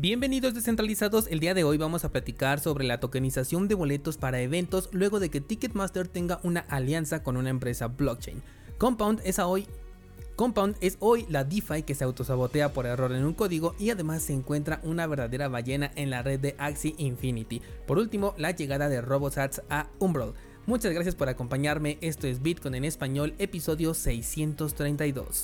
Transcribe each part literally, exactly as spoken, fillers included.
Bienvenidos descentralizados, el día de hoy vamos a platicar sobre la tokenización de boletos para eventos luego de que Ticketmaster tenga una alianza con una empresa blockchain. Compound es hoy, Compound es hoy la DeFi que se autosabotea por error en un código y además se encuentra una verdadera ballena en la red de Axie Infinity. Por último, la llegada de RoboSats a Umbrel. Muchas gracias por acompañarme, esto es Bitcoin en español, episodio seiscientos treinta y dos.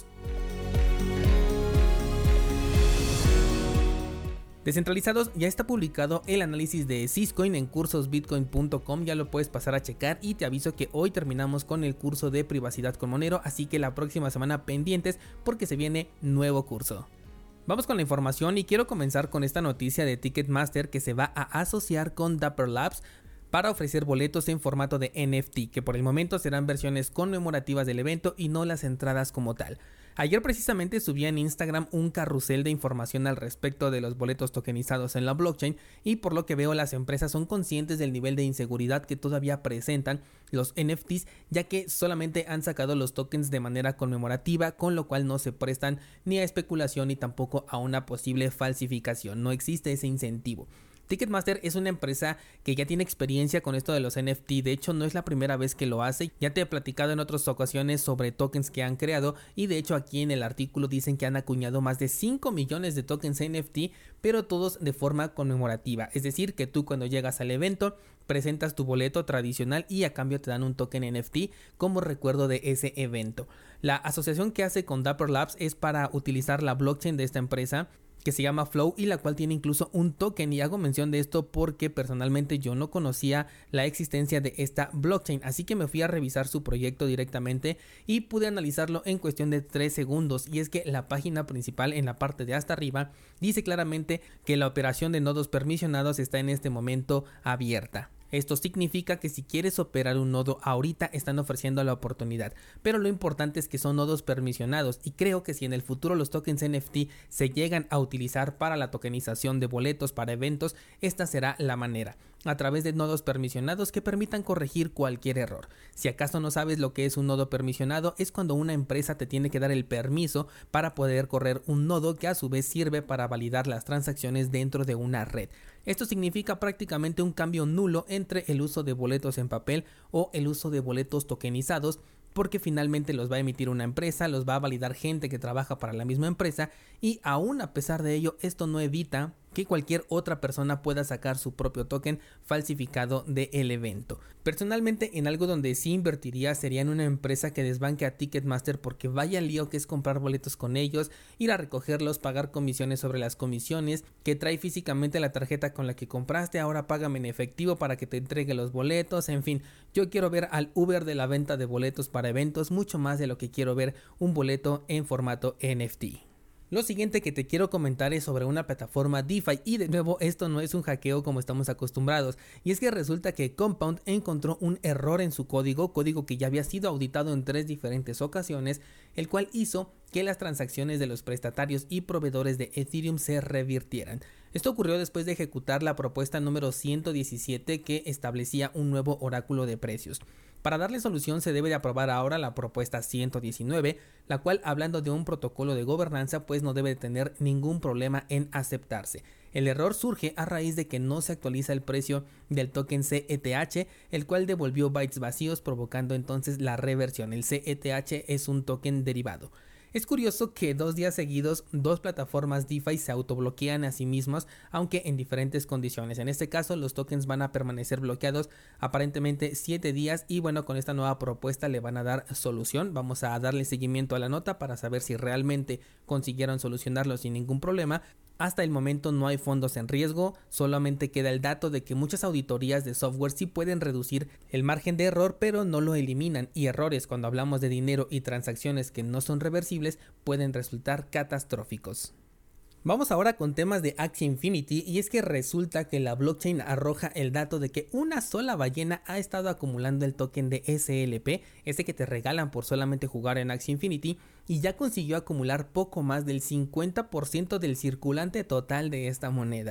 Descentralizados, ya está publicado el análisis de Syscoin en cursos bitcoin punto com, ya lo puedes pasar a checar y te aviso que hoy terminamos con el curso de privacidad con Monero, así que la próxima semana pendientes porque se viene nuevo curso. Vamos con la información y quiero comenzar con esta noticia de Ticketmaster que se va a asociar con Dapper Labs para ofrecer boletos en formato de N F T, que por el momento serán versiones conmemorativas del evento y no las entradas como tal. Ayer precisamente subí en Instagram un carrusel de información al respecto de los boletos tokenizados en la blockchain y por lo que veo las empresas son conscientes del nivel de inseguridad que todavía presentan los N F Ts, ya que solamente han sacado los tokens de manera conmemorativa, con lo cual no se prestan ni a especulación ni tampoco a una posible falsificación, no existe ese incentivo. Ticketmaster es una empresa que ya tiene experiencia con esto de los N F T, de hecho no es la primera vez que lo hace, ya te he platicado en otras ocasiones sobre tokens que han creado y de hecho aquí en el artículo dicen que han acuñado más de cinco millones de tokens N F T, pero todos de forma conmemorativa, es decir que tú cuando llegas al evento presentas tu boleto tradicional y a cambio te dan un token N F T como recuerdo de ese evento. La asociación que hace con Dapper Labs es para utilizar la blockchain de esta empresa que se llama Flow y la cual tiene incluso un token, y hago mención de esto porque personalmente yo no conocía la existencia de esta blockchain, así que me fui a revisar su proyecto directamente y pude analizarlo en cuestión de tres segundos, y es que la página principal en la parte de hasta arriba dice claramente que la operación de nodos permisionados está en este momento abierta. Esto significa que si quieres operar un nodo ahorita están ofreciendo la oportunidad, pero lo importante es que son nodos permisionados y creo que si en el futuro los tokens N F T se llegan a utilizar para la tokenización de boletos para eventos, esta será la manera, a través de nodos permisionados que permitan corregir cualquier error. Si acaso no sabes lo que es un nodo permisionado, es cuando una empresa te tiene que dar el permiso para poder correr un nodo que a su vez sirve para validar las transacciones dentro de una red. Esto significa prácticamente un cambio nulo entre el uso de boletos en papel o el uso de boletos tokenizados, porque finalmente los va a emitir una empresa, los va a validar gente que trabaja para la misma empresa y aún a pesar de ello esto no evita que cualquier otra persona pueda sacar su propio token falsificado del evento. Personalmente en algo donde sí invertiría sería en una empresa que desbanque a Ticketmaster, porque vaya lío que es comprar boletos con ellos, ir a recogerlos, pagar comisiones sobre las comisiones, que trae físicamente la tarjeta con la que compraste, ahora págame en efectivo para que te entregue los boletos, en fin, yo quiero ver al Uber de la venta de boletos para eventos mucho más de lo que quiero ver un boleto en formato N F T. Lo siguiente que te quiero comentar es sobre una plataforma DeFi y de nuevo esto no es un hackeo como estamos acostumbrados, y es que resulta que Compound encontró un error en su código, código que ya había sido auditado en tres diferentes ocasiones, el cual hizo que las transacciones de los prestatarios y proveedores de Ethereum se revirtieran. Esto ocurrió después de ejecutar la propuesta número ciento diecisiete que establecía un nuevo oráculo de precios. Para darle solución se debe de aprobar ahora la propuesta ciento diecinueve, la cual, hablando de un protocolo de gobernanza, pues no debe de tener ningún problema en aceptarse. El error surge a raíz de que no se actualiza el precio del token C E T H, el cual devolvió bytes vacíos, provocando entonces la reversión. El C E T H es un token derivado. Es curioso que dos días seguidos dos plataformas DeFi se autobloquean a sí mismas, aunque en diferentes condiciones. En este caso los tokens van a permanecer bloqueados aparentemente siete días y bueno, con esta nueva propuesta le van a dar solución. Vamos a darle seguimiento a la nota para saber si realmente consiguieron solucionarlo sin ningún problema. Hasta el momento no hay fondos en riesgo, solamente queda el dato de que muchas auditorías de software sí pueden reducir el margen de error, pero no lo eliminan, y errores cuando hablamos de dinero y transacciones que no son reversibles pueden resultar catastróficos. Vamos ahora con temas de Axie Infinity, y es que resulta que la blockchain arroja el dato de que una sola ballena ha estado acumulando el token de S L P, ese que te regalan por solamente jugar en Axie Infinity, y ya consiguió acumular poco más del cincuenta por ciento del circulante total de esta moneda.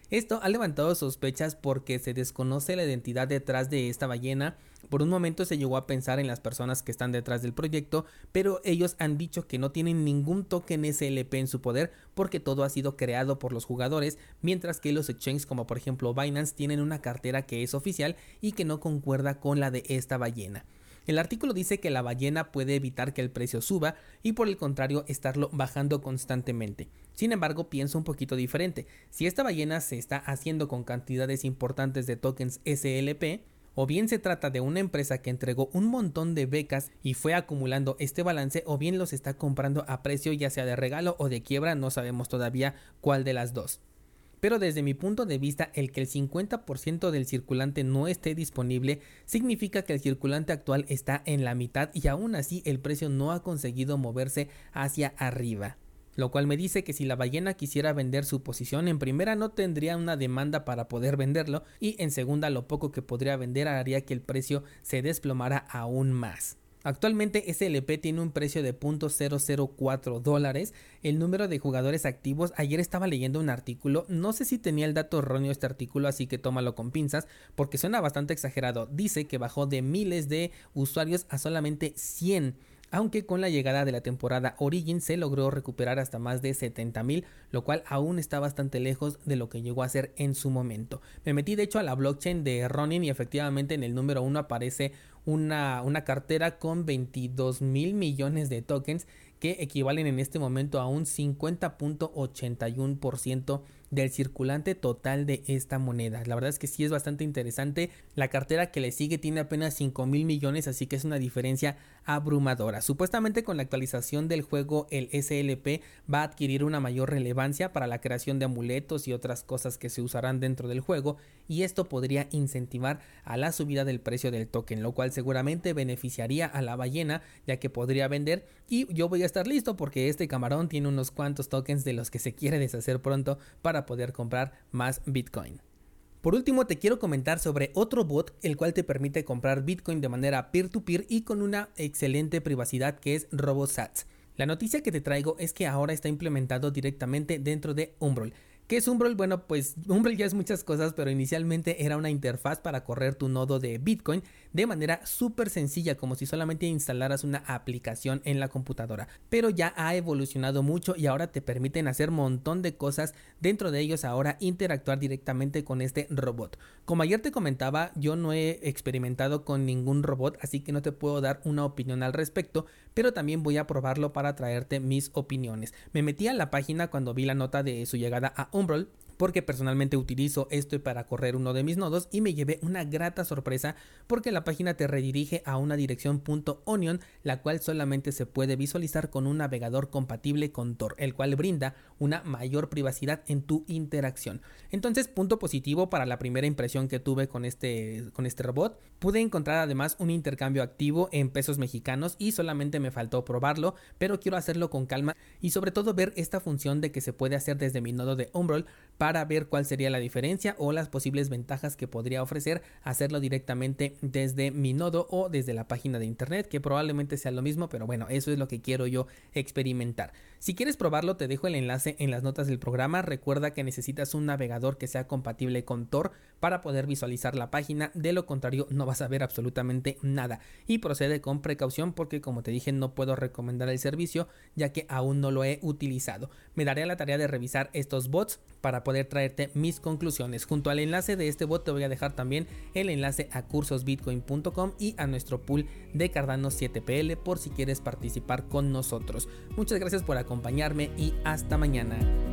Esto ha levantado sospechas porque se desconoce la identidad detrás de esta ballena. Por un momento se llegó a pensar en las personas que están detrás del proyecto, pero ellos han dicho que no tienen ningún token S L P en su poder porque todo ha sido creado por los jugadores, mientras que los exchanges como por ejemplo Binance tienen una cartera que es oficial y que no concuerda con la de esta ballena. El artículo dice que la ballena puede evitar que el precio suba y por el contrario estarlo bajando constantemente. Sin embargo, pienso un poquito diferente. Si esta ballena se está haciendo con cantidades importantes de tokens S L P, o bien se trata de una empresa que entregó un montón de becas y fue acumulando este balance, o bien los está comprando a precio ya sea de regalo o de quiebra, no sabemos todavía cuál de las dos. Pero desde mi punto de vista, el que el cincuenta por ciento del circulante no esté disponible significa que el circulante actual está en la mitad y aún así el precio no ha conseguido moverse hacia arriba. Lo cual me dice que si la ballena quisiera vender su posición, en primera no tendría una demanda para poder venderlo y en segunda lo poco que podría vender haría que el precio se desplomara aún más. Actualmente S L P tiene un precio de cero punto cero cero cuatro dólares. El número de jugadores activos, ayer estaba leyendo un artículo, no sé si tenía el dato erróneo este artículo, así que tómalo con pinzas porque suena bastante exagerado. Dice que bajó de miles de usuarios a solamente cien. Aunque con la llegada de la temporada Origin se logró recuperar hasta más de setenta mil, lo cual aún está bastante lejos de lo que llegó a ser en su momento. Me metí de hecho a la blockchain de Ronin y efectivamente en el número uno aparece una, una cartera con veintidós mil millones de tokens que equivalen en este momento a un cincuenta punto ochenta y uno por ciento del circulante total de esta moneda. La verdad es que sí es bastante interesante. La cartera que le sigue tiene apenas cinco mil millones, así que es una diferencia abrumadora. Supuestamente con la actualización del juego el S L P va a adquirir una mayor relevancia para la creación de amuletos y otras cosas que se usarán dentro del juego, y esto podría incentivar a la subida del precio del token, lo cual seguramente beneficiaría a la ballena, ya que podría vender, y yo voy a estar listo porque este camarón tiene unos cuantos tokens de los que se quiere deshacer pronto para poder comprar más Bitcoin. Por último, te quiero comentar sobre otro bot el cual te permite comprar Bitcoin de manera peer-to-peer y con una excelente privacidad, que es RoboSats. La noticia que te traigo es que ahora está implementado directamente dentro de Umbrel. ¿Qué es Umbrel? Bueno, pues Umbrel ya es muchas cosas, pero inicialmente era una interfaz para correr tu nodo de Bitcoin de manera súper sencilla, como si solamente instalaras una aplicación en la computadora. Pero ya ha evolucionado mucho y ahora te permiten hacer un montón de cosas, dentro de ellos ahora interactuar directamente con este robot. Como ayer te comentaba, yo no he experimentado con ningún robot, así que no te puedo dar una opinión al respecto, pero también voy a probarlo para traerte mis opiniones. Me metí a la página cuando vi la nota de su llegada a Umbrel, porque personalmente utilizo esto para correr uno de mis nodos y me llevé una grata sorpresa porque la página te redirige a una dirección .onion, la cual solamente se puede visualizar con un navegador compatible con Tor, el cual brinda una mayor privacidad en tu interacción. Entonces, punto positivo para la primera impresión que tuve con este, con este robot. Pude encontrar además un intercambio activo en pesos mexicanos y solamente me faltó probarlo, pero quiero hacerlo con calma y sobre todo ver esta función de que se puede hacer desde mi nodo de Umbrel para ver cuál sería la diferencia o las posibles ventajas que podría ofrecer hacerlo directamente desde mi nodo o desde la página de internet, que probablemente sea lo mismo, pero bueno, eso es lo que quiero yo experimentar. Si quieres probarlo, te dejo el enlace en las notas del programa. Recuerda que necesitas un navegador que sea compatible con Tor para poder visualizar la página, de lo contrario no vas a ver absolutamente nada, y procede con precaución porque, como te dije, no puedo recomendar el servicio ya que aún no lo he utilizado. Me daré a la tarea de revisar estos bots para poder traerte mis conclusiones. Junto al enlace de este bot te voy a dejar también el enlace a cursos bitcoin punto com y a nuestro pool de Cardano siete P L por si quieres participar con nosotros. Muchas gracias por acompañarme y hasta mañana.